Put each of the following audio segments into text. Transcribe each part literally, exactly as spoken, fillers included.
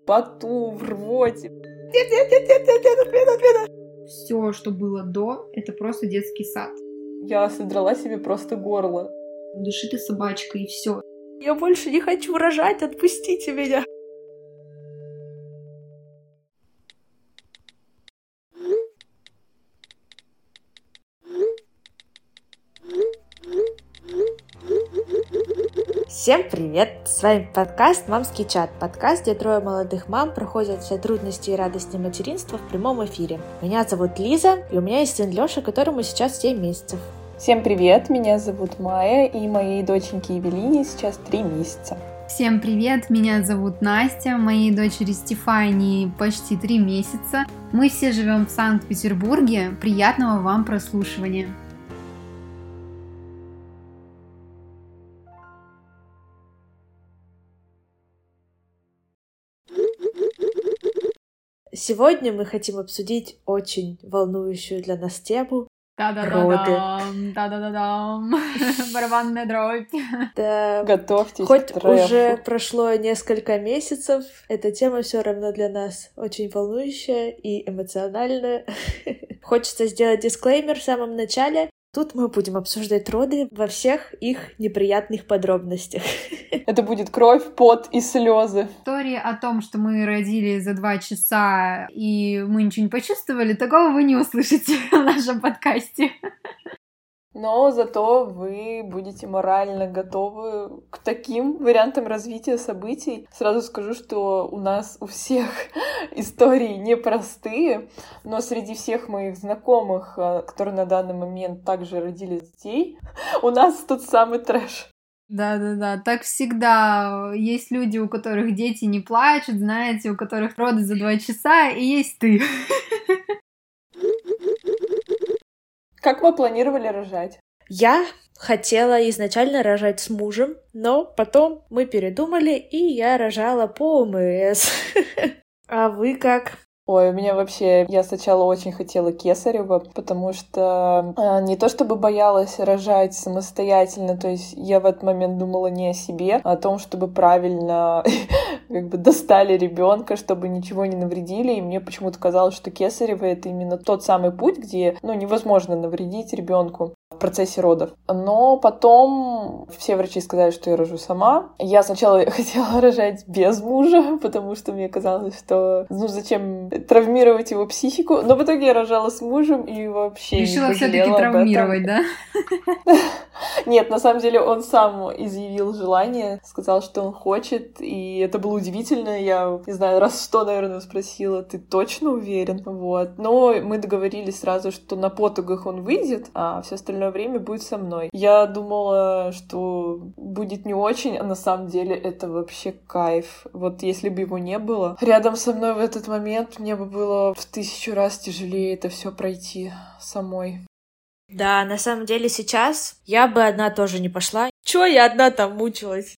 поту, в рвоте. Нет, нет, нет, нет, нет, нет, отмена, отмена. Все, что было до, это просто детский сад. Я содрала себе просто горло. Души ты, собачка, и все. Я больше не хочу рожать, отпустите меня. Всем привет! С вами подкаст «Мамский чат». Подкаст, где трое молодых мам проходят все трудности и радости материнства в прямом эфире. Меня зовут Лиза, и у меня есть сын Лёша, которому сейчас семь месяцев. Всем привет! Меня зовут Майя, и моей доченьке Евелине сейчас три месяца. Всем привет! Меня зовут Настя, моей дочери Стефании почти три месяца. Мы все живем в Санкт-Петербурге. Приятного вам прослушивания! Сегодня мы хотим обсудить очень волнующую для нас тему — роды. Да-да-да-дам, барабанная дробь. Да. Готовьтесь Хоть к трэшу. уже прошло несколько месяцев, эта тема все равно для нас очень волнующая и эмоциональная. Хочется сделать дисклеймер в самом начале. Тут мы будем обсуждать роды во всех их неприятных подробностях. Это будет кровь, пот и слезы. Истории о том, что мы родили за два часа и мы ничего не почувствовали, такого вы не услышите в нашем подкасте. Но зато вы будете морально готовы к таким вариантам развития событий. Сразу скажу, что у нас у всех истории непростые, но среди всех моих знакомых, которые на данный момент также родили детей, у нас тут самый трэш. Да-да-да, так всегда. Есть люди, у которых дети не плачут, знаете, у которых роды за два часа, и есть ты. Как мы планировали рожать? Я хотела изначально рожать с мужем, но потом мы передумали, и я рожала по ОМС. А вы как? Ой, у меня вообще... Я сначала очень хотела кесарево, потому что э, не то чтобы боялась рожать самостоятельно, то есть я в этот момент думала не о себе, а о том, чтобы правильно как бы достали ребенка, чтобы ничего не навредили, и мне почему-то казалось, что кесарево — это именно тот самый путь, где, ну, невозможно навредить ребенку в процессе родов. Но потом все врачи сказали, что я рожу сама. Я сначала хотела рожать без мужа, потому что мне казалось, что ну зачем травмировать его психику. Но в итоге я рожала с мужем и вообще Решила не все-таки пожалела об этом. травмировать, да? Нет, на самом деле он сам изъявил желание, сказал, что он хочет, и это было удивительно. Я, не знаю, раз сто, наверное, спросила: ты точно уверен? Вот. Но мы договорились сразу, что на потугах он выйдет, а все остальное время будет со мной. Я думала, что будет не очень, а на самом деле это вообще кайф. Вот если бы его не было рядом со мной в этот момент, мне бы было в тысячу раз тяжелее это все пройти самой. Да, на самом деле сейчас я бы одна тоже не пошла. Чё я одна там мучилась?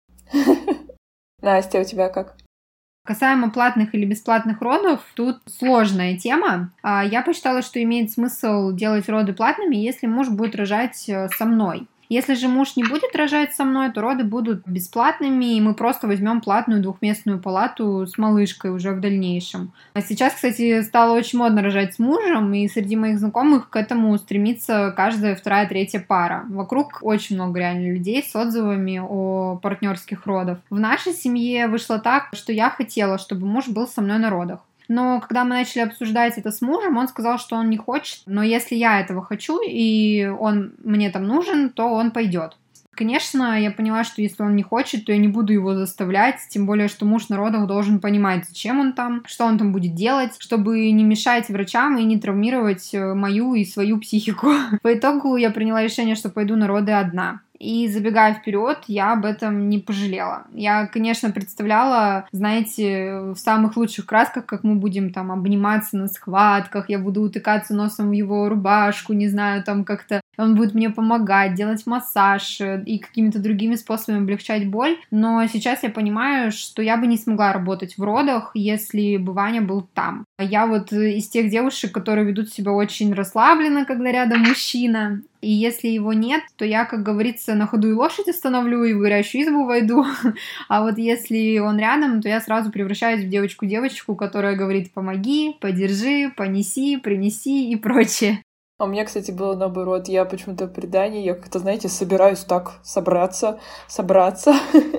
Настя, у тебя как? Касаемо платных или бесплатных родов, тут сложная тема. Я посчитала, что имеет смысл делать роды платными, если муж будет рожать со мной. Если же муж не будет рожать со мной, то роды будут бесплатными, и мы просто возьмем платную двухместную палату с малышкой уже в дальнейшем. А сейчас, кстати, стало очень модно рожать с мужем, и среди моих знакомых к этому стремится каждая вторая, третья пара. Вокруг очень много реально людей с отзывами о партнерских родах. В нашей семье вышло так, что я хотела, чтобы муж был со мной на родах. Но когда мы начали обсуждать это с мужем, он сказал, что он не хочет. Но если я этого хочу, и он мне там нужен, то он пойдет. Конечно, я поняла, что если он не хочет, то я не буду его заставлять, тем более, что муж на родах должен понимать, зачем он там, что он там будет делать, чтобы не мешать врачам и не травмировать мою и свою психику. По итогу я приняла решение, что пойду на роды одна. И забегая вперед, я об этом не пожалела. Я, конечно, представляла, знаете, в самых лучших красках, как мы будем там обниматься на схватках, я буду утыкаться носом в его рубашку, не знаю, там как-то он будет мне помогать, делать массаж и какими-то другими способами облегчать боль. Но сейчас я понимаю, что я бы не смогла работать в родах, если бы Ваня был там. Я вот из тех девушек, которые ведут себя очень расслабленно, когда рядом мужчина. И если его нет, то я, как говорится, на ходу и лошадь остановлю, и в горящую избу войду. А вот если он рядом, то я сразу превращаюсь в девочку-девочку, которая говорит: помоги, подержи, понеси, принеси и прочее. А у меня, кстати, было наоборот. Я почему-то в предании, я как-то, знаете, собираюсь так собраться, собраться.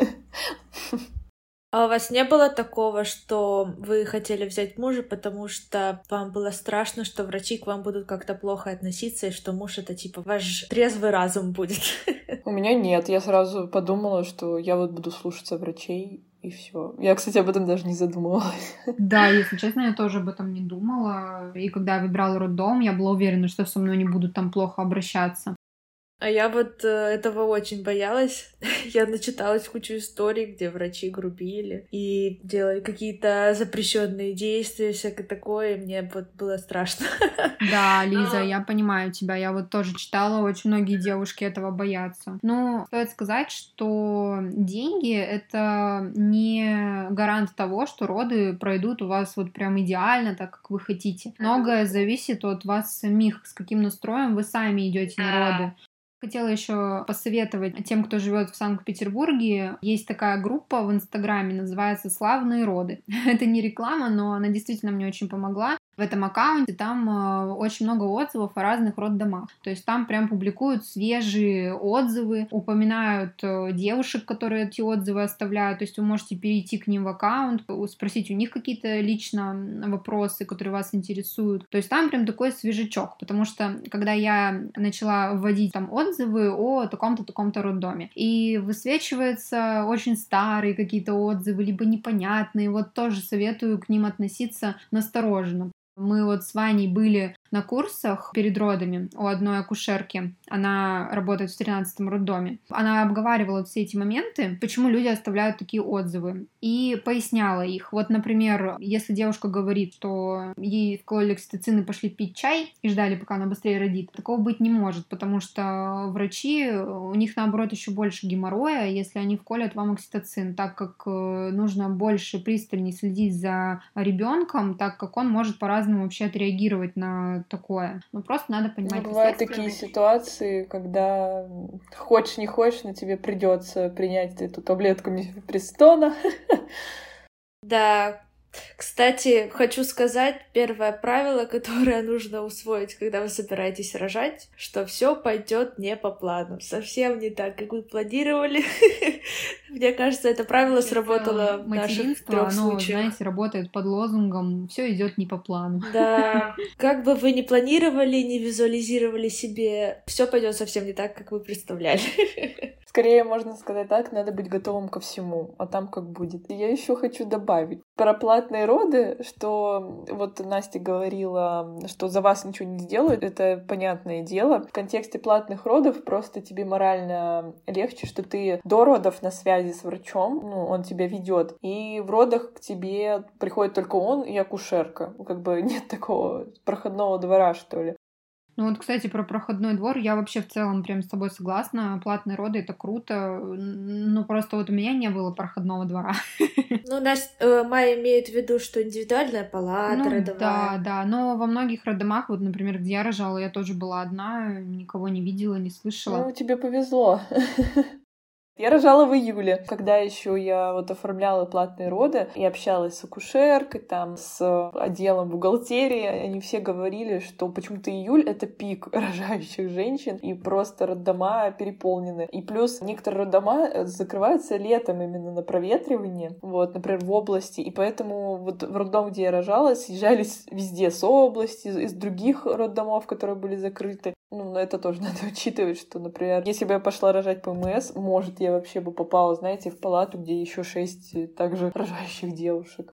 А у вас не было такого, что вы хотели взять мужа, потому что вам было страшно, что врачи к вам будут как-то плохо относиться, и что муж — это типа ваш трезвый разум будет? У меня нет. Я сразу подумала, что я вот буду слушаться врачей, и все. Я, кстати, об этом даже не задумывалась. Да, если честно, я тоже об этом не думала. И когда я выбирала роддом, я была уверена, что со мной не будут там плохо обращаться. А я вот э, этого очень боялась. Я начиталась кучу историй, где врачи грубили и делали какие-то запрещенные действия, всякое такое, и мне вот было страшно. Да, Лиза, я понимаю тебя. Я вот тоже читала, очень многие девушки этого боятся. Но стоит сказать, что деньги — это не гарант того, что роды пройдут у вас вот прям идеально, так как вы хотите. Многое зависит от вас самих, с каким настроем вы сами идете на роды. Хотела еще посоветовать тем, кто живет в Санкт-Петербурге. Есть такая группа в Инстаграме, называется «Славные роды». Это не реклама, но она действительно мне очень помогла. В этом аккаунте там э, очень много отзывов о разных роддомах. То есть там прям публикуют свежие отзывы, упоминают э, девушек, которые эти отзывы оставляют. То есть вы можете перейти к ним в аккаунт, спросить у них какие-то лично вопросы, которые вас интересуют. То есть там прям такой свежачок, потому что когда я начала вводить там отзывы о таком-то, таком-то роддоме, и высвечиваются очень старые какие-то отзывы, либо непонятные, вот тоже советую к ним относиться настороженно. Мы вот с Ваней были на курсах перед родами у одной акушерки. Она работает в тринадцатом роддоме. Она обговаривала все эти моменты, почему люди оставляют такие отзывы, и поясняла их. Вот, например, если девушка говорит, что ей вкололи окситоцин и пошли пить чай и ждали, пока она быстрее родит, такого быть не может, потому что врачи, у них, наоборот, еще больше геморроя, если они вколят вам окситоцин, так как нужно больше пристальнее следить за ребенком, так как он может по-разному вообще отреагировать на такое. Ну, просто надо понимать. Ну, бывают такие ситуации, когда хочешь не хочешь, но тебе придется принять эту таблетку мифепристона. Да. Кстати, хочу сказать, первое правило, которое нужно усвоить, когда вы собираетесь рожать, что все пойдет не по плану, совсем не так, как вы планировали. Мне кажется, это правило сработало в наших трех случаях. Оно, знаете, работает под лозунгом «все идет не по плану». Да, как бы вы ни планировали, не визуализировали себе, все пойдет совсем не так, как вы представляли. Скорее, можно сказать так, надо быть готовым ко всему, а там как будет. Я еще хочу добавить про платные роды, что вот Настя говорила, что за вас ничего не сделают, это понятное дело. В контексте платных родов просто тебе морально легче, что ты до родов на связи с врачом, ну, он тебя ведет, и в родах к тебе приходит только он и акушерка. Как бы нет такого проходного двора, что ли. Ну вот, кстати, про проходной двор, я вообще в целом прям с тобой согласна. Платные роды — это круто, ну просто вот у меня не было проходного двора. Ну, нас, э, Майя имеет в виду, что индивидуальная палата, ну, родовая. Да, да, но во многих роддомах, вот, например, где я рожала, я тоже была одна, никого не видела, не слышала. Ну, тебе повезло. Я рожала в июле, когда еще я вот оформляла платные роды и общалась с акушеркой, там, с отделом бухгалтерии. Они все говорили, что почему-то июль — это пик рожающих женщин, и просто роддома переполнены. И плюс некоторые роддома закрываются летом именно на проветривание, вот, например, в области. И поэтому вот в роддом, где я рожала, съезжались везде с области, из других роддомов, которые были закрыты. Ну, но это тоже надо учитывать, что, например, если бы я пошла рожать ПМС, может, я вообще бы попала, знаете, в палату, где еще шесть также рожающих девушек.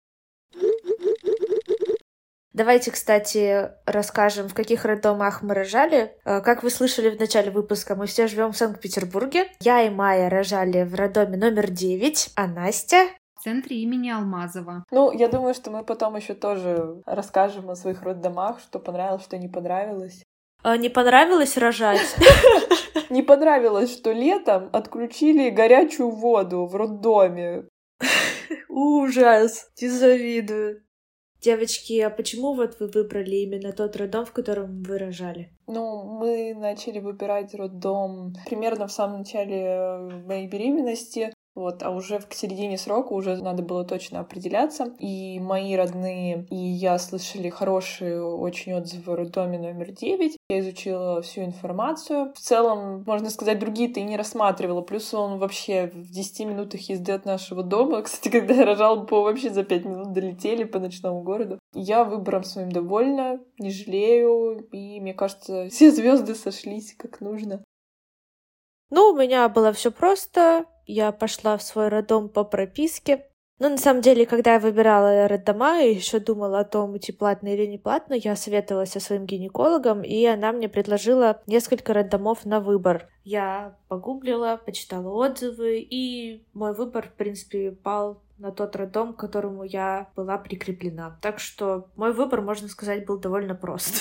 Давайте, кстати, расскажем, в каких роддомах мы рожали. Как вы слышали в начале выпуска, мы все живем в Санкт-Петербурге. Я и Майя рожали в роддоме номер девять, а Настя в центре имени Алмазова. Ну, я думаю, что мы потом еще тоже расскажем о своих роддомах, что понравилось, что не понравилось. А не понравилось рожать? Не понравилось, что летом отключили горячую воду в роддоме. Ужас! Не завидую. Девочки, а почему вот вы выбрали именно тот роддом, в котором вы рожали? Ну, мы начали выбирать роддом примерно в самом начале моей беременности. Вот, а уже к середине срока уже надо было точно определяться. И мои родные и я слышали хорошие очень отзывы о роддоме номер девять. Я изучила всю информацию. В целом, можно сказать, другие-то и не рассматривала. Плюс он вообще в десяти минутах езды от нашего дома. Кстати, когда я рожала, по вообще за пять минут долетели по ночному городу. Я выбором своим довольна, не жалею. И, мне кажется, все звезды сошлись как нужно. Ну, у меня было все просто. Я пошла в свой роддом по прописке. Но на самом деле, когда я выбирала роддома и еще думала о том, идти платно или не платно, я советовалась со своим гинекологом, и она мне предложила несколько роддомов на выбор. Я погуглила, почитала отзывы, и мой выбор, в принципе, пал на тот роддом, к которому я была прикреплена. Так что мой выбор, можно сказать, был довольно прост.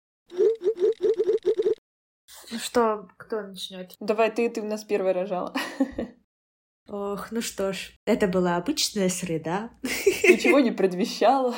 Ну что, кто начнет? Давай ты, ты у нас первая рожала. Ох, ну что ж, это была обычная среда. Ничего не предвещало.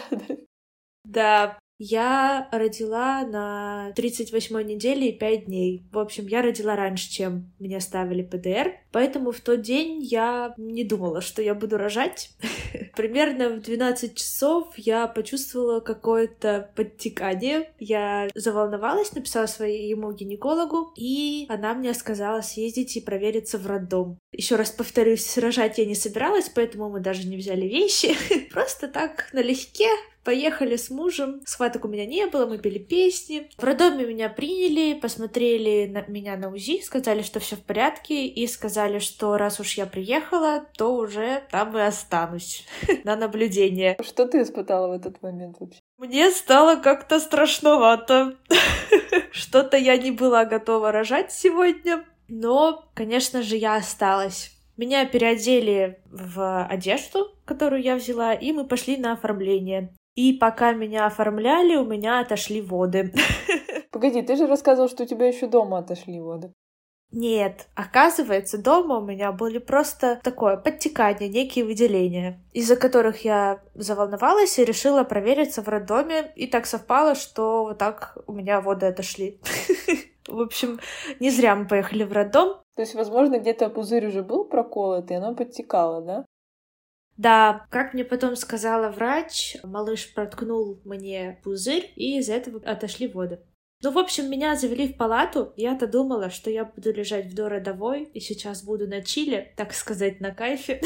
Да, я родила на тридцать восьмой неделе и пять дней. В общем, я родила раньше, чем мне ставили ПДР, поэтому в тот день я не думала, что я буду рожать. Примерно в двенадцать часов я почувствовала какое-то подтекание. Я заволновалась, написала своему гинекологу, и она мне сказала съездить и провериться в роддом. Еще раз повторюсь, рожать я не собиралась, поэтому мы даже не взяли вещи. Просто так, налегке. Поехали с мужем. Схваток у меня не было, мы пели песни. В роддоме меня приняли, посмотрели на меня на УЗИ, сказали, что все в порядке, и сказали, что раз уж я приехала, то уже там и останусь на наблюдение. Что ты испытала в этот момент вообще? Мне стало как-то страшновато. Что-то я не была готова рожать сегодня, но, конечно же, я осталась. Меня переодели в одежду, которую я взяла, и мы пошли на оформление. И пока меня оформляли, у меня отошли воды. Погоди, ты же рассказывал, что у тебя еще дома отошли воды. Нет, оказывается, дома у меня были просто такое подтекание, некие выделения, из-за которых я заволновалась и решила провериться в роддоме, и так совпало, что вот так у меня воды отошли. В общем, не зря мы поехали в роддом. То есть, возможно, где-то пузырь уже был проколот, и оно подтекало, да? Да, как мне потом сказала врач, малыш проткнул мне пузырь, и из-за этого отошли воды. Ну, в общем, меня завели в палату. Я-то думала, что я буду лежать в дородовой, и сейчас буду на чиле, так сказать, на кайфе.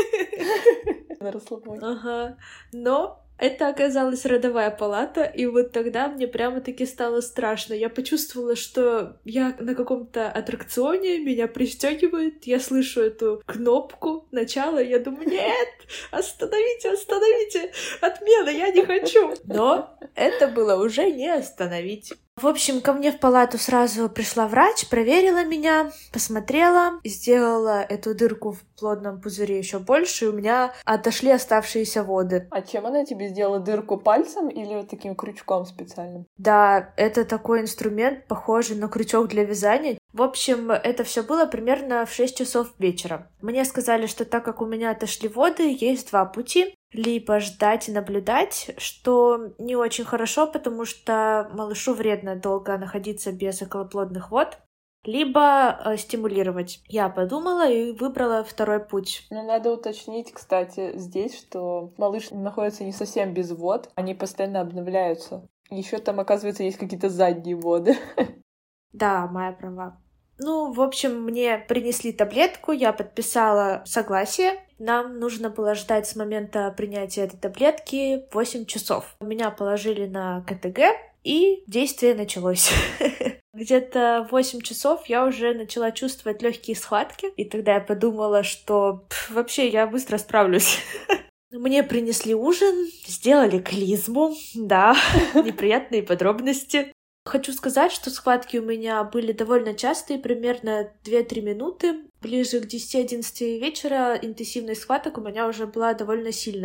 На расслабоне. Ага. Но это оказалась родовая палата, и вот тогда мне прямо-таки стало страшно. Я почувствовала, что я на каком-то аттракционе, меня пристегивают, я слышу эту кнопку начала, и я думаю, нет, остановите, остановите, отмена, я не хочу. Но это было уже не остановить. В общем, ко мне в палату сразу пришла врач, проверила меня, посмотрела, сделала эту дырку в плотном пузыре еще больше, и у меня отошли оставшиеся воды. А чем она тебе сделала? Дырку пальцем или вот таким крючком специальным? Да, это такой инструмент, похожий на крючок для вязания. В общем, это все было примерно в шесть часов вечера. Мне сказали, что так как у меня отошли воды, есть два пути. Либо ждать и наблюдать, что не очень хорошо, потому что малышу вредно долго находиться без околоплодных вод, либо э, стимулировать. Я подумала и выбрала второй путь. Ну, надо уточнить, кстати, здесь, что малыш находится не совсем без вод, они постоянно обновляются. Еще там, оказывается, есть какие-то задние воды. Да, моя права. Ну, в общем, мне принесли таблетку, я подписала согласие. Нам нужно было ждать с момента принятия этой таблетки восемь часов. Меня положили на КТГ, и действие началось. Где-то в восемь часов я уже начала чувствовать легкие схватки, и тогда я подумала, что пф, вообще я быстро справлюсь. Мне принесли ужин, сделали клизму, да, неприятные подробности. Хочу сказать, что схватки у меня были довольно частые, примерно две-три минуты. Ближе к десяти-одиннадцати вечера интенсивность схваток у меня уже была довольно сильная.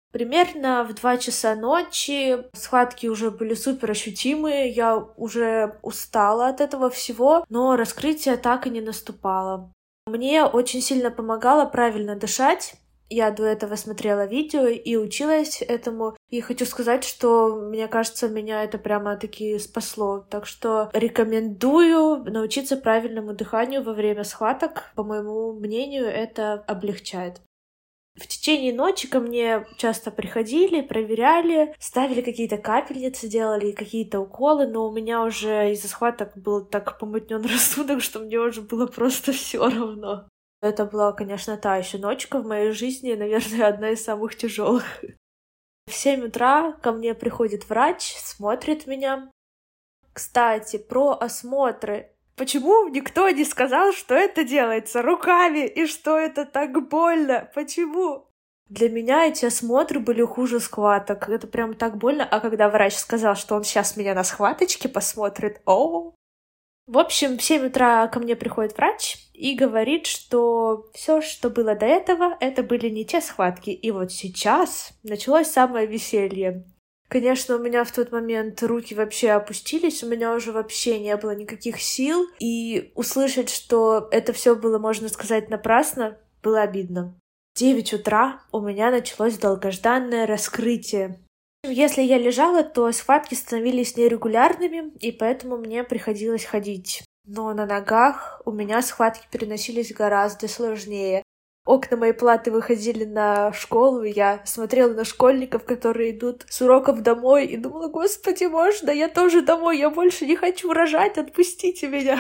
Примерно в два часа ночи схватки уже были супер ощутимые, я уже устала от этого всего, но раскрытие так и не наступало. Мне очень сильно помогало правильно дышать. Я до этого смотрела видео и училась этому. И хочу сказать, что, мне кажется, меня это прямо-таки спасло. Так что рекомендую научиться правильному дыханию во время схваток. По моему мнению, это облегчает. В течение ночи ко мне часто приходили, проверяли, ставили какие-то капельницы, делали какие-то уколы, но у меня уже из-за схваток был так помутнен рассудок, что мне уже было просто все равно. Это была, конечно, та еще ночка в моей жизни, наверное, одна из самых тяжелых. В семь утра ко мне приходит врач, смотрит меня. Кстати, про осмотры. Почему никто не сказал, что это делается руками и что это так больно? Почему? Для меня эти осмотры были хуже схваток. Это прям так больно. А когда врач сказал, что он сейчас меня на схваточке посмотрит, о! В общем, в семь утра ко мне приходит врач и говорит, что все, что было до этого, это были не те схватки. И вот сейчас началось самое веселье. Конечно, у меня в тот момент руки вообще опустились, у меня уже вообще не было никаких сил, и услышать, что это все было, можно сказать, напрасно, было обидно. В девять утра у меня началось долгожданное раскрытие. Если я лежала, то схватки становились нерегулярными, и поэтому мне приходилось ходить. Но на ногах у меня схватки переносились гораздо сложнее. Окна моей палаты выходили на школу, и я смотрела на школьников, которые идут с уроков домой, и думала, господи, можно, я тоже домой, я больше не хочу рожать, отпустите меня.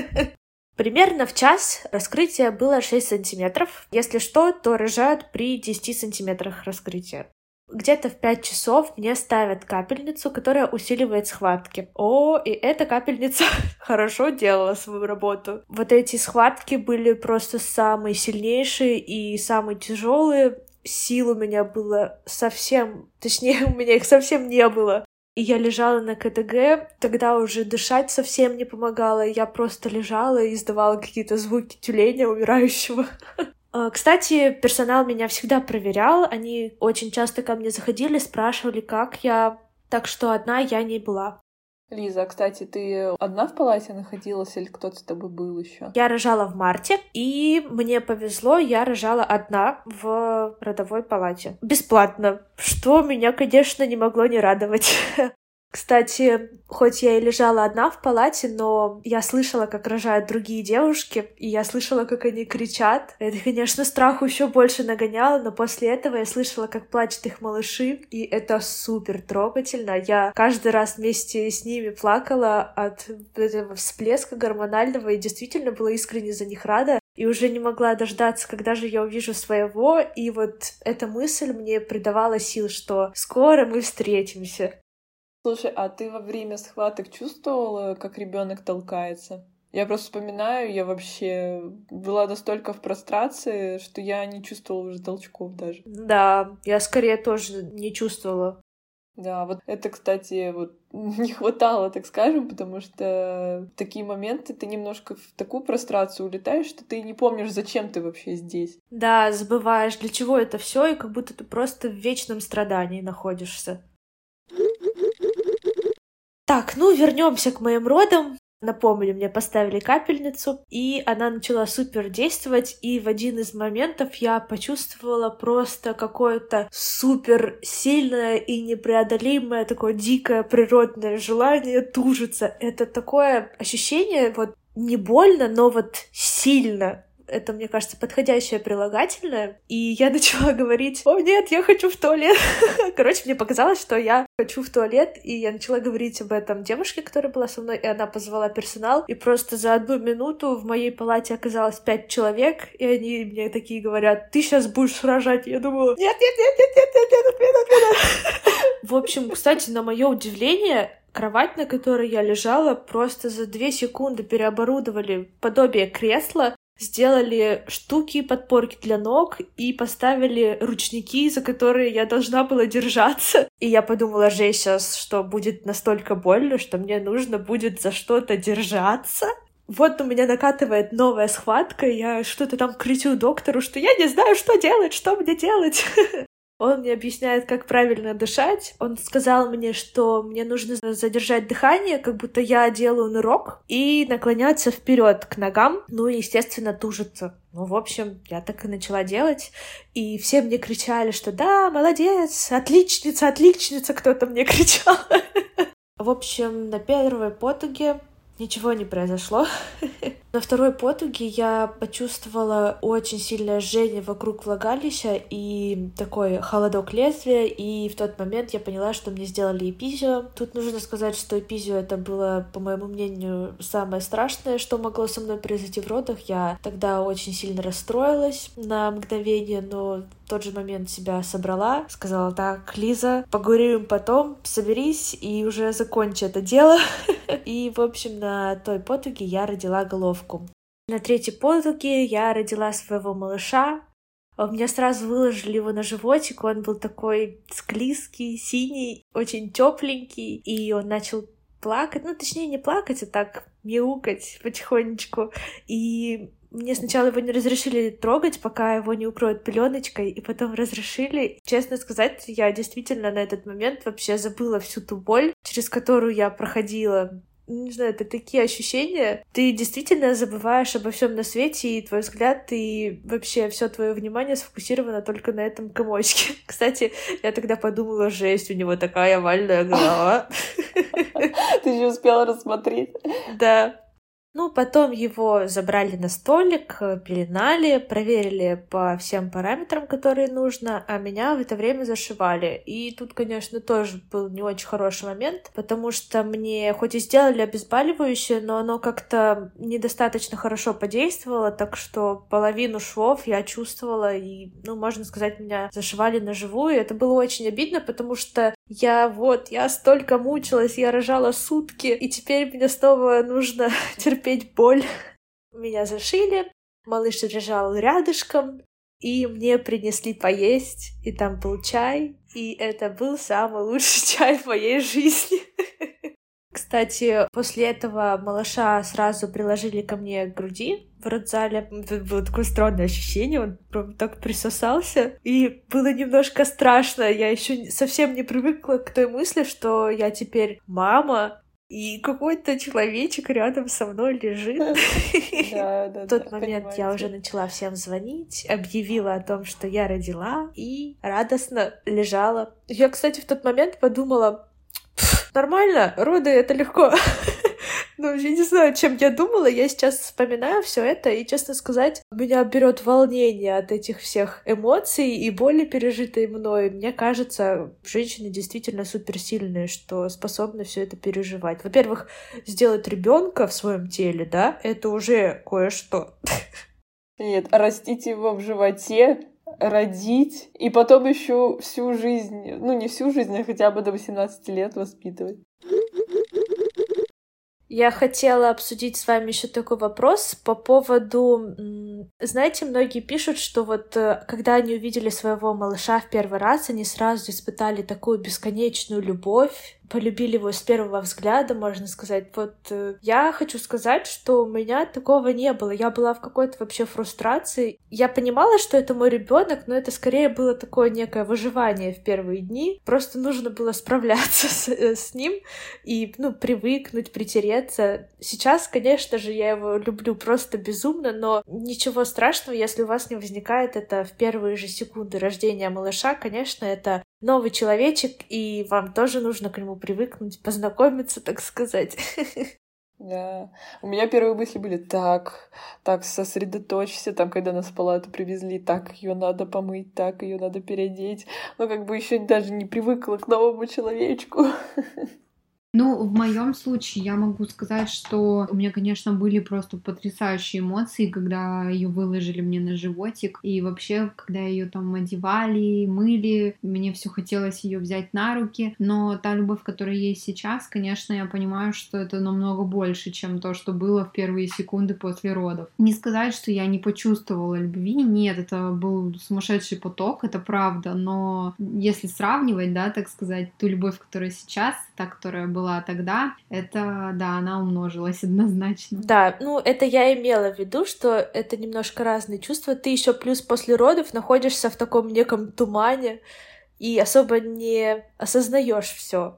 Примерно в час раскрытие было шесть сантиметров. Если что, то рожают при десяти сантиметрах раскрытия. Где-то в пять часов мне ставят капельницу, которая усиливает схватки. О, и эта капельница хорошо делала свою работу. Вот эти схватки были просто самые сильнейшие и самые тяжелые. Сил у меня было совсем... Точнее, у меня их совсем не было. И я лежала на КТГ, тогда уже дышать совсем не помогало. Я просто лежала и издавала какие-то звуки тюленя умирающего. Кстати, персонал меня всегда проверял, они очень часто ко мне заходили, спрашивали, как я, так что одна я не была. Лиза, кстати, ты одна в палате находилась или кто-то с тобой был еще? Я рожала в марте, и мне повезло, я рожала одна в родовой палате. Бесплатно, что меня, конечно, не могло не радовать. Кстати, хоть я и лежала одна в палате, но я слышала, как рожают другие девушки, и я слышала, как они кричат. Это, конечно, страху еще больше нагоняло, но после этого я слышала, как плачут их малыши, и это супер трогательно. Я каждый раз вместе с ними плакала от этого всплеска гормонального, и действительно была искренне за них рада. И уже не могла дождаться, когда же я увижу своего, и вот эта мысль мне придавала сил, что скоро мы встретимся. Слушай, а ты во время схваток чувствовала, как ребенок толкается? Я просто вспоминаю, я вообще была настолько в прострации, что я не чувствовала уже толчков даже. Да, я скорее тоже не чувствовала. Да, вот это, кстати, вот не хватало, так скажем, потому что в такие моменты ты немножко в такую прострацию улетаешь, что ты не помнишь, зачем ты вообще здесь. Да, забываешь, для чего это все, и как будто ты просто в вечном страдании находишься. Так, ну вернемся к моим родам. Напомню, мне поставили капельницу, и она начала супер действовать, и в один из моментов я почувствовала просто какое-то супер сильное и непреодолимое такое дикое природное желание тужиться. Это такое ощущение, вот не больно, но вот сильно. Это, мне кажется, подходящее прилагательное. И я начала говорить: «О, нет, я хочу в туалет». Короче, мне показалось, что я хочу в туалет, и я начала говорить об этом девушке, которая была со мной, и она позвала персонал. И просто за одну минуту в моей палате оказалось пять человек, и они мне такие говорят: «Ты сейчас будешь рожать». И я думала: «Нет, нет, нет, нет, нет, нет, нет, нет, нет, нет». В общем, кстати, на мое удивление, кровать, на которой я лежала, просто за две секунды переоборудовали в подобие кресла, сделали штуки, подпорки для ног и поставили ручники, за которые я должна была держаться. И я подумала, же сейчас, что будет настолько больно, что мне нужно будет за что-то держаться. Вот у меня накатывает новая схватка, я что-то там кричу доктору, что я не знаю, что делать, что мне делать. Он мне объясняет, как правильно дышать. Он сказал мне, что мне нужно задержать дыхание, как будто я делаю нырок, и наклоняться вперед к ногам, ну и, естественно, тужиться. Ну, в общем, я так и начала делать. И все мне кричали, что да, молодец, отличница, отличница, кто-то мне кричал. В общем, на первой потуге ничего не произошло. На второй потуге я почувствовала очень сильное жжение вокруг влагалища и такой холодок лезвия, и в тот момент я поняла, что мне сделали эпизио. Тут нужно сказать, что эпизио это было, по моему мнению, самое страшное, что могло со мной произойти в родах. Я тогда очень сильно расстроилась на мгновение, но в тот же момент себя собрала, сказала: так, Лиза, поговорим потом, соберись и уже закончи это дело. И, в общем, на той потуге я родила головку. На третьей потуге я родила своего малыша. Меня сразу выложили его на животик, он был такой склизкий, синий, очень тепленький, и он начал плакать, ну, точнее, не плакать, а так мяукать потихонечку. И мне сначала его не разрешили трогать, пока его не укроют пеленочкой, и потом разрешили. Честно сказать, я действительно на этот момент вообще забыла всю ту боль, через которую я проходила. Не знаю, это такие ощущения. Ты действительно забываешь обо всем на свете, и твой взгляд, и вообще все твое внимание сфокусировано только на этом комочке. Кстати, я тогда подумала: жесть, у него такая овальная голова. Ты же успела рассмотреть. Да. Ну, потом его забрали на столик, пеленали, проверили по всем параметрам, которые нужно, а меня в это время зашивали. И тут, конечно, тоже был не очень хороший момент, потому что мне хоть и сделали обезболивающее, но оно как-то недостаточно хорошо подействовало, так что половину швов я чувствовала, и, ну, можно сказать, меня зашивали на живую. Это было очень обидно, потому что я вот, я столько мучилась, я рожала сутки, и теперь мне снова нужно терпеть боль. Меня зашили, малыш лежал рядышком, и мне принесли поесть, и там был чай, и это был самый лучший чай в моей жизни. Кстати, после этого малыша сразу приложили ко мне к груди в родзале. Это было такое странное ощущение, он прям так присосался. И было немножко страшно, я еще совсем не привыкла к той мысли, что я теперь мама, и какой-то человечек рядом со мной лежит. Да, да, в тот да, момент понимаю. я уже начала всем звонить, объявила о том, что я родила, и радостно лежала. Я, кстати, в тот момент подумала: нормально, роды — это легко. Ну, я не знаю, чем я думала, я сейчас вспоминаю все это, и, честно сказать, меня берет волнение от этих всех эмоций и боли, пережитой мной. Мне кажется, женщины действительно суперсильные, что способны все это переживать. Во-первых, сделать ребенка в своем теле, да, это уже кое-что. Нет, растить его в животе, родить, и потом еще всю жизнь, ну не всю жизнь, а хотя бы до восемнадцати лет воспитывать. Я хотела обсудить с вами еще такой вопрос по поводу... Знаете, многие пишут, что вот когда они увидели своего малыша в первый раз, они сразу испытали такую бесконечную любовь, полюбили его с первого взгляда, можно сказать. Вот я хочу сказать, что у меня такого не было. Я была в какой-то вообще фрустрации. Я понимала, что это мой ребенок, но это скорее было такое некое выживание в первые дни. Просто нужно было справляться с, с ним и, ну, привыкнуть, притереться. Сейчас, конечно же, я его люблю просто безумно, но ничего страшного, если у вас не возникает это в первые же секунды рождения малыша. Конечно, это новый человечек, и вам тоже нужно к нему привыкнуть, познакомиться, так сказать. Да. У меня первые мысли были: так, так, сосредоточься, там, когда нас в палату привезли, так, ее надо помыть, так, ее надо переодеть. Ну, как бы еще даже не привыкла к новому человечку. Ну, в моем случае я могу сказать, что у меня, конечно, были просто потрясающие эмоции, когда ее выложили мне на животик, и вообще, когда ее там одевали, мыли, мне все хотелось ее взять на руки, но та любовь, которая есть сейчас, конечно, я понимаю, что это намного больше, чем то, что было в первые секунды после родов. Не сказать, что я не почувствовала любви, нет, это был сумасшедший поток, это правда, но если сравнивать, да, так сказать, ту любовь, которая сейчас, та, которая была тогда, это, да, она умножилась однозначно. Да, ну это я имела в виду, что это немножко разные чувства. Ты еще плюс после родов находишься в таком неком тумане и особо не осознаешь все.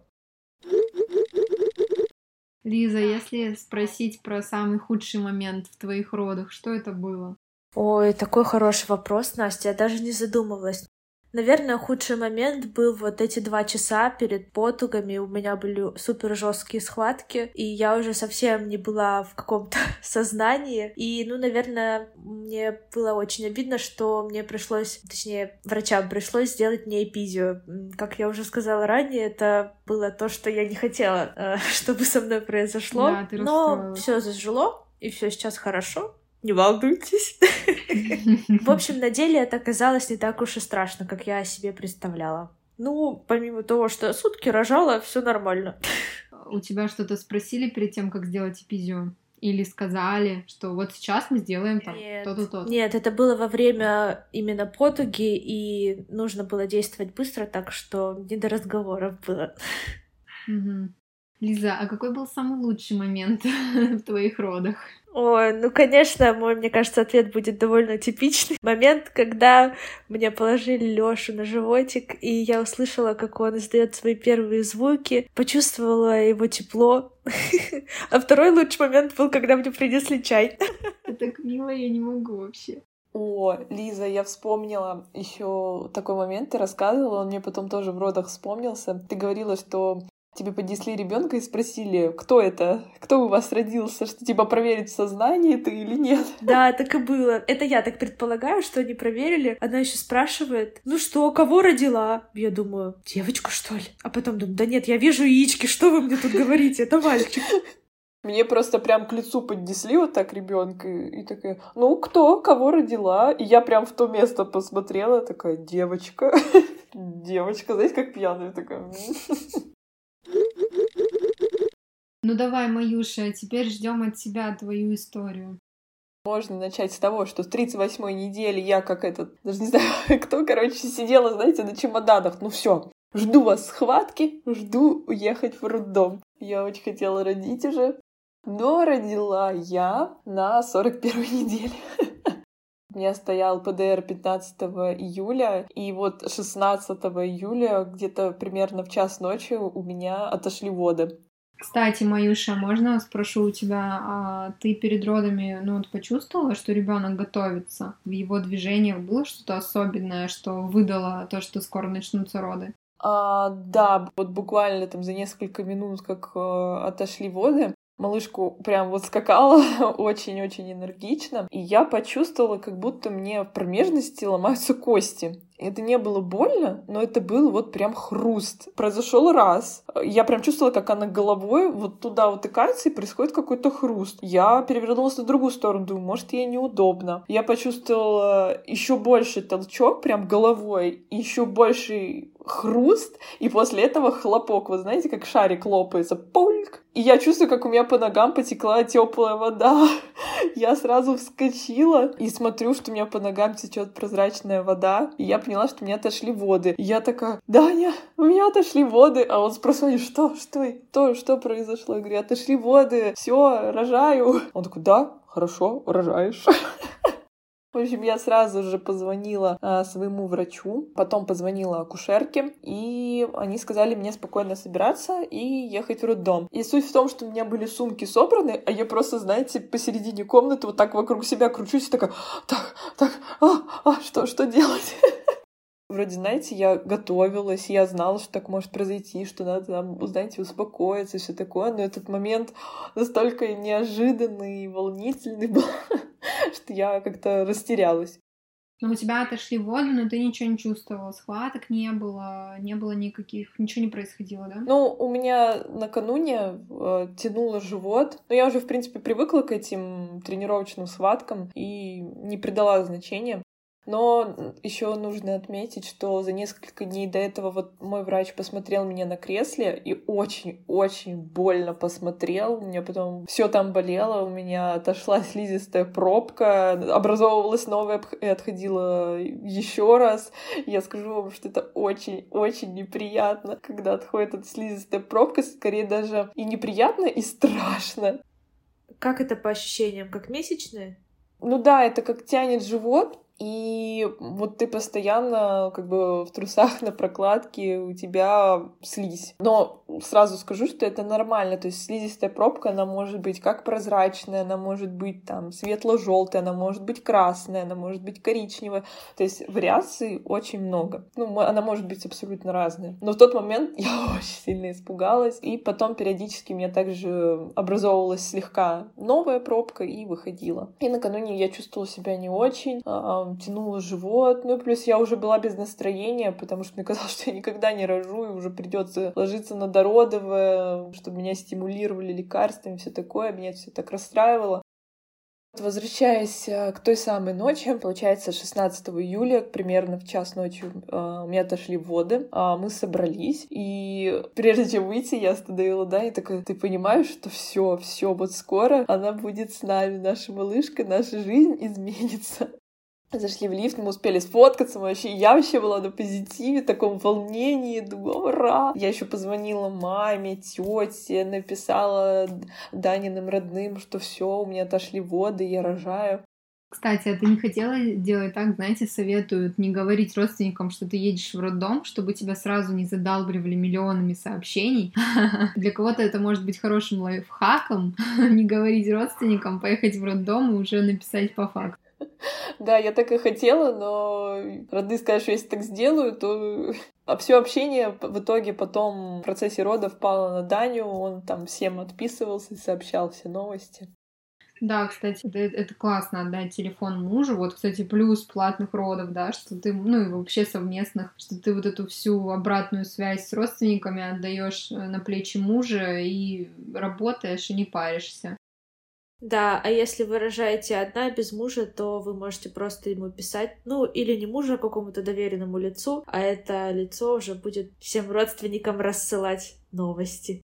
Лиза, если спросить про самый худший момент в твоих родах, что это было? Ой, такой хороший вопрос, Настя, я даже не задумывалась. Наверное, худший момент был вот эти два часа перед потугами. У меня были супер жесткие схватки, и я уже совсем не была в каком-то сознании. И, ну, наверное, мне было очень обидно, что мне пришлось, точнее, врачам пришлось сделать мне эпизию. Как я уже сказала ранее, это было то, что я не хотела, чтобы со мной произошло. Да, ты Но все зажило, и все сейчас хорошо. Не волнуйтесь. В общем, на деле это оказалось не так уж и страшно, как я себе представляла. Ну, помимо того, что сутки рожала, все нормально. У тебя что-то спросили перед тем, как сделать эпизию? Или сказали, что вот сейчас мы сделаем там то-то, то-то? Нет, это было во время именно потуги, и нужно было действовать быстро, так что не до разговоров было. Угу. Лиза, а какой был самый лучший момент в твоих родах? Ой, ну, конечно, мой, мне кажется, ответ будет довольно типичный. Момент, когда мне положили Лёшу на животик, и я услышала, как он издает свои первые звуки, почувствовала его тепло. А второй лучший момент был, когда мне принесли чай. Это так мило, я не могу вообще. О, Лиза, я вспомнила еще такой момент, ты рассказывала, он мне потом тоже в родах вспомнился. Ты говорила, что тебе поднесли ребенка и спросили, кто это, кто у вас родился, что типа проверить, в сознании ты или нет. Да, так и было. Это я так предполагаю, что они проверили. Она еще спрашивает, ну что, кого родила? Я думаю, девочку, что ли? А потом думаю, да нет, я вижу яички, что вы мне тут говорите, это мальчик. Мне просто прям к лицу поднесли вот так ребенка и такая, ну кто, кого родила? И я прям в то место посмотрела, такая, девочка. Девочка, знаете, как пьяная такая. Ну давай, Маюша, теперь ждем от тебя твою историю. Можно начать с того, что с тридцать восьмой недели я как этот, даже не знаю, кто, короче, сидела, знаете, на чемоданах. Ну все, жду вас схватки, жду уехать в роддом. Я очень хотела родить уже, но родила я на сорок первой неделе. У меня стоял ПДР пятнадцатого июля, и вот шестнадцатого июля, где-то примерно в час ночи, у меня отошли воды. Кстати, Маюша, можно спрошу у тебя, а ты перед родами, ну, вот почувствовала, что ребенок готовится? В его движениях было что-то особенное, что выдало то, что скоро начнутся роды? А, да, вот буквально там за несколько минут, как э, отошли воды, малышку прям вот скакала очень-очень энергично, и я почувствовала, как будто мне в промежности ломаются кости. Это не было больно, но это был вот прям хруст. Произошел раз. Я прям чувствовала, как она головой вот туда утыкается, и происходит какой-то хруст. Я перевернулась на другую сторону, думаю, может, ей неудобно. Я почувствовала еще больше толчок прям головой, еще больший хруст, и после этого хлопок. Вы знаете, как шарик лопается. Пульк! И я чувствую, как у меня по ногам потекла теплая вода. Я сразу вскочила и смотрю, что у меня по ногам течет прозрачная вода. И я поняла, что у меня отошли воды. И я такая, Даня, у меня отошли воды. А он спрашивает, что, что, что, что произошло? Я говорю, отошли воды, все, рожаю. Он такой, да, хорошо, рожаешь. В общем, я сразу же позвонила а, своему врачу, потом позвонила акушерке, и они сказали мне спокойно собираться и ехать в роддом. И суть в том, что у меня были сумки собраны, а я просто, знаете, посередине комнаты вот так вокруг себя кручусь и такая, так, так, а, а, что, что делать? Вроде, знаете, я готовилась, я знала, что так может произойти, что надо там, знаете, успокоиться и все такое, но этот момент настолько неожиданный и волнительный был, что я как-то растерялась. Но у тебя отошли воды, но ты ничего не чувствовала, схваток не было, не было никаких, ничего не происходило, да? Ну, у меня накануне э, тянуло живот, но я уже, в принципе, привыкла к этим тренировочным схваткам и не придала значения. Но еще нужно отметить, что за несколько дней до этого вот мой врач посмотрел меня на кресле и очень-очень больно посмотрел. У меня потом все там болело, у меня отошла слизистая пробка, образовывалась новая и отходила еще раз. Я скажу вам, что это очень-очень неприятно, когда отходит эта слизистая пробка, скорее даже и неприятно, и страшно. Как это по ощущениям? Как месячные? Ну да, это как тянет живот, и вот ты постоянно как бы в трусах на прокладке, у тебя слизь. Но сразу скажу, что это нормально, то есть слизистая пробка, она может быть как прозрачная, она может быть там светло-желтая, она может быть красная, она может быть коричневая, то есть вариаций очень много. Ну, она может быть абсолютно разная. Но в тот момент я очень сильно испугалась, и потом периодически у меня также образовывалась слегка новая пробка и выходила. И накануне я чувствовала себя не очень, тянула живот, ну и плюс я уже была без настроения, потому что мне казалось, что я никогда не рожу, и уже придется ложиться на дородовое, чтобы меня стимулировали лекарствами, все такое, меня все так расстраивало. Возвращаясь к той самой ночи, получается, шестнадцатого июля, примерно в час ночи, у меня отошли воды, мы собрались, и прежде чем выйти, я остановила, да, и такая: ты понимаешь, что все, все, вот скоро она будет с нами, наша малышка, наша жизнь изменится. Зашли в лифт, мы успели сфоткаться, мы вообще, я вообще была на позитиве, таком волнении, думаю, ура! Я еще позвонила маме, тете, написала Даниным родным, что все, у меня отошли воды, я рожаю. Кстати, а ты не хотела делать так, знаете, советуют не говорить родственникам, что ты едешь в роддом, чтобы тебя сразу не задалбливали миллионами сообщений. Для кого-то это может быть хорошим лайфхаком, не говорить родственникам, поехать в роддом и уже написать по факту. Да, я так и хотела, но родные сказали, что если так сделаю, то... А все общение в итоге потом в процессе родов пало на Даню, он там всем отписывался и сообщал все новости. Да, кстати, это, это классно отдать телефон мужу. Вот, кстати, плюс платных родов, да, что ты, ну и вообще совместных, что ты вот эту всю обратную связь с родственниками отдаешь на плечи мужа и работаешь, и не паришься. Да, а если вы рожаете одна без мужа, то вы можете просто ему писать, ну, или не мужу, а какому-то доверенному лицу, а это лицо уже будет всем родственникам рассылать новости.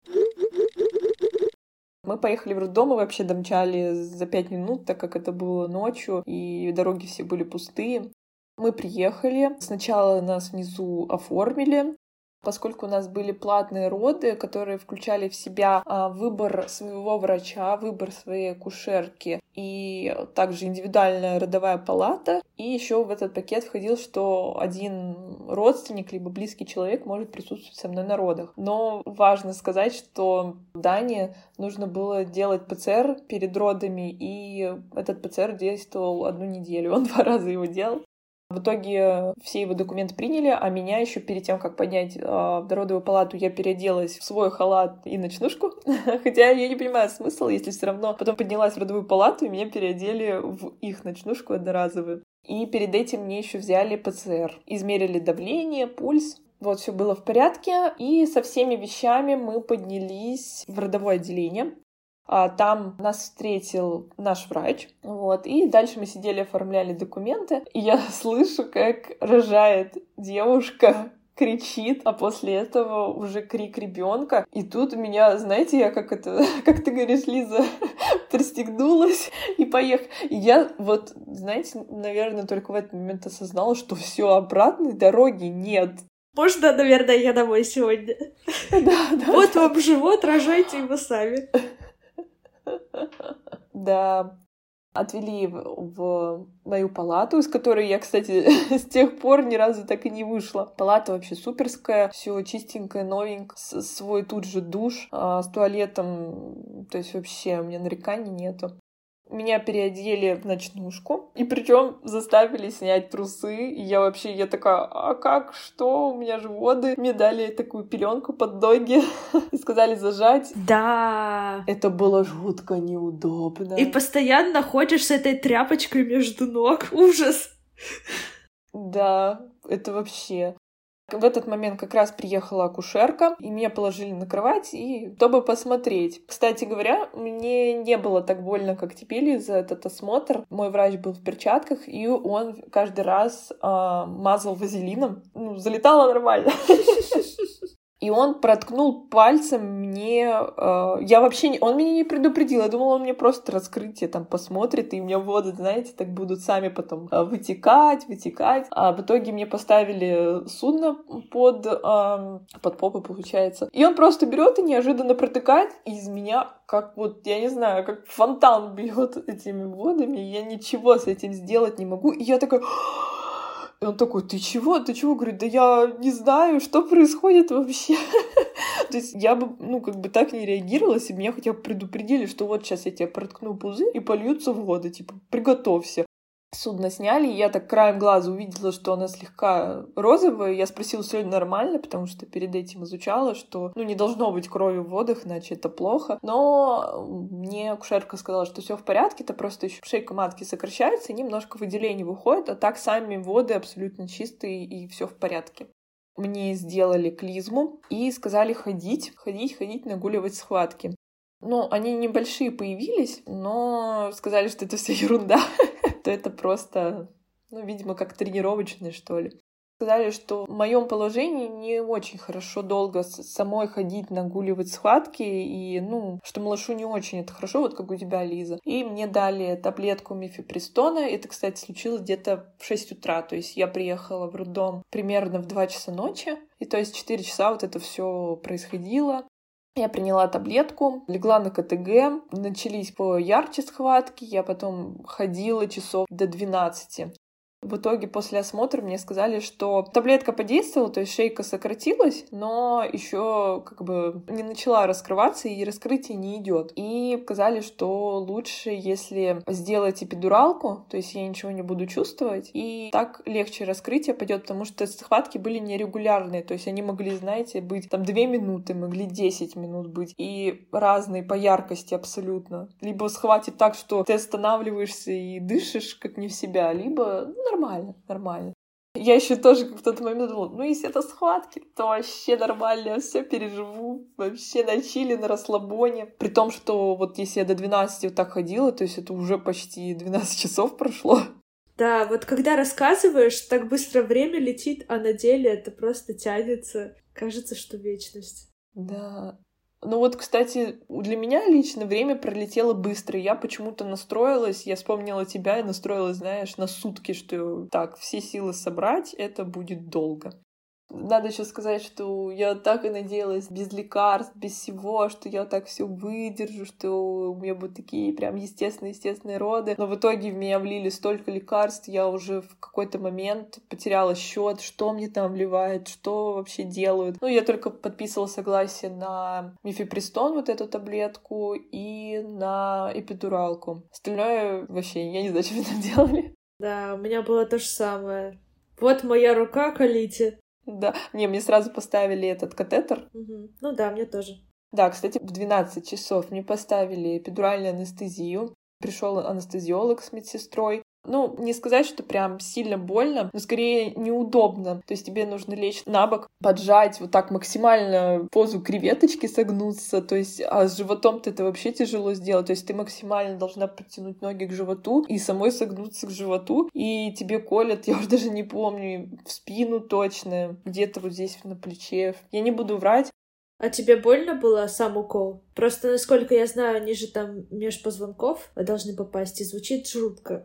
Мы поехали в роддом и вообще домчали за пять минут, так как это было ночью, и дороги все были пустые. Мы приехали, сначала нас внизу оформили, поскольку у нас были платные роды, которые включали в себя а, выбор своего врача, выбор своей акушерки и также индивидуальная родовая палата. И еще в этот пакет входил, что один родственник либо близкий человек может присутствовать со мной на родах. Но важно сказать, что Дане нужно было делать ПЦР перед родами, и этот ПЦР действовал одну неделю. Он два раза его делал. В итоге все его документы приняли, а меня еще перед тем, как поднять э, в дородовую палату, я переоделась в свой халат и ночнушку. Хотя я не понимаю смысл, если все равно потом поднялась в родовую палату, и меня переодели в их ночнушку одноразовую. И перед этим мне еще взяли ПЦР. Измерили давление, пульс. Вот, все было в порядке. И со всеми вещами мы поднялись в родовое отделение. А там нас встретил наш врач, вот, и дальше мы сидели, оформляли документы, и я слышу, как рожает девушка, кричит, а после этого уже крик ребенка. И тут у меня, знаете, я как это, как ты говоришь, Лиза, пристегнулась и поехала. И я вот, знаете, наверное, только в этот момент осознала, что все, обратной дороги нет. Можно, наверное, я домой сегодня? Да, да. Вот вам живот, рожайте его сами. Да, отвели в, в мою палату, из которой я, кстати, с тех пор ни разу так и не вышла. Палата вообще суперская, все чистенькое, новенькое, свой тут же душ а, с туалетом, то есть вообще у меня нареканий нету. Меня переодели в ночнушку, и причем заставили снять трусы. И я вообще, я такая, а как, что? У меня же воды. Мне дали такую пеленку под ноги и сказали зажать. Да. Это было жутко неудобно. И постоянно ходишь с этой тряпочкой между ног. Ужас. Да, это вообще. В этот момент как раз приехала акушерка, и меня положили на кровать, и чтобы посмотреть. Кстати говоря, мне не было так больно, как теперь за этот осмотр. Мой врач был в перчатках, и он каждый раз э, мазал вазелином. Ну, залетало нормально. И он проткнул пальцем мне... Э, я вообще... Не, он меня не предупредил. Я думала, он мне просто раскрытие там посмотрит, и у меня воды, знаете, так будут сами потом э, вытекать, вытекать. А в итоге мне поставили судно под, э, под попой, получается. И он просто берет и неожиданно протыкает, и из меня, как вот, я не знаю, как фонтан бьет этими водами. И я ничего с этим сделать не могу. И я такая... И он такой: ты чего? Ты чего? Говорит: да я не знаю, что происходит вообще. То есть я бы, ну, как бы так не реагировала, если бы меня хотя бы предупредили, что вот сейчас я тебя проткну пузырь и польются воды, типа, приготовься. Судно сняли, и я так краем глаза увидела, что она слегка розовая. Я спросила, все ли нормально, потому что перед этим изучала, что, ну, не должно быть крови в водах, иначе это плохо. Но мне акушерка сказала, что все в порядке, это просто еще шейка матки сокращается, и немножко выделений выходит, а так сами воды абсолютно чистые, и все в порядке. Мне сделали клизму и сказали ходить, ходить, ходить, нагуливать схватки. Ну, они небольшие появились, но сказали, что это все ерунда, то это просто, ну, видимо, как тренировочные, что ли. Сказали, что в моем положении не очень хорошо долго самой ходить, нагуливать схватки, и, ну, что малышу не очень это хорошо, вот как у тебя, Лиза. И мне дали таблетку мифепристона. Это, кстати, случилось где-то в шесть утра, то есть я приехала в роддом примерно в два часа ночи, и то есть четыре часа вот это все происходило. Я приняла таблетку, легла на ка тэ гэ, начались поярче схватки, я потом ходила часов до двенадцати. В итоге после осмотра мне сказали, что таблетка подействовала, то есть шейка сократилась, но еще как бы не начала раскрываться и раскрытие не идет. И сказали, что лучше, если сделать эпидуралку, то есть я ничего не буду чувствовать, и так легче раскрытие пойдет, потому что схватки были нерегулярные, то есть они могли, знаете, быть там две минуты, могли десять минут быть, и разные по яркости абсолютно. Либо схватит так, что ты останавливаешься и дышишь как не в себя, либо нормально, нормально. Я еще тоже в тот момент думала, ну если это схватки, то вообще нормально, я все переживу, вообще на чили, на расслабоне. При том, что вот если я до двенадцати вот так ходила, то есть это уже почти двенадцать часов прошло. Да, вот когда рассказываешь, так быстро время летит, а на деле это просто тянется. Кажется, что вечность. Да. Ну вот, кстати, для меня лично время пролетело быстро. Я почему-то настроилась, я вспомнила тебя и настроилась, знаешь, на сутки, что так, все силы собрать, это будет долго. Надо еще сказать, что я так и надеялась без лекарств, без всего, что я так все выдержу, что у меня будут такие прям естественные-естественные роды. Но в итоге в меня влили столько лекарств, я уже в какой-то момент потеряла счет, что мне там вливают, что вообще делают. Ну, я только подписывала согласие на мифепристон, вот эту таблетку, и на эпидуралку. Остальное вообще, я не знаю, что вы там делали. Да, у меня было то же самое. Вот моя рука, колите. Да, не, мне сразу поставили этот катетер. Угу. Ну да, мне тоже. Да, кстати, в двенадцать часов мне поставили эпидуральную анестезию. Пришел анестезиолог с медсестрой. Ну, не сказать, что прям сильно больно, но скорее неудобно. То есть тебе нужно лечь на бок, поджать, вот так максимально в позу креветочки согнуться. То есть, а с животом-то это вообще тяжело сделать. То есть ты максимально должна подтянуть ноги к животу и самой согнуться к животу. И тебе колят, я уже даже не помню, в спину точно, где-то вот здесь на плече. Я не буду врать. А тебе больно было сам укол? Просто, насколько я знаю, они же там меж позвонков должны попасть, и звучит жутко.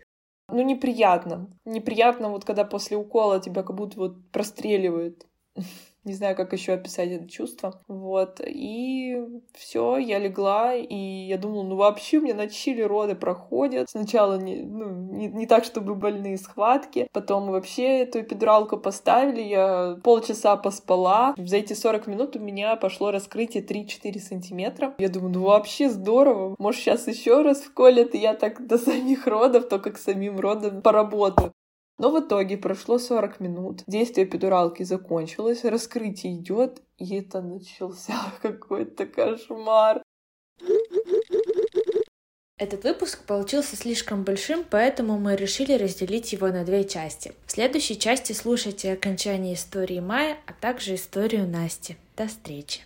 Ну, неприятно. Неприятно, вот когда после укола тебя как будто вот простреливает. Не знаю, как еще описать это чувство. Вот. И все, я легла, и я думала, ну вообще у меня на чили роды проходят. Сначала не, ну, не, не так, чтобы больные схватки. Потом вообще эту эпидуралку поставили. Я полчаса поспала. За эти сорок минут у меня пошло раскрытие три-четыре сантиметра. Я думаю, ну вообще здорово. Может, сейчас еще раз вколят, и я так до самих родов, только к самим родам поработаю. Но в итоге прошло сорок минут, действие эпидуралки закончилось, раскрытие идет, и это начался какой-то кошмар. Этот выпуск получился слишком большим, поэтому мы решили разделить его на две части. В следующей части слушайте окончание истории Майи, а также историю Насти. До встречи!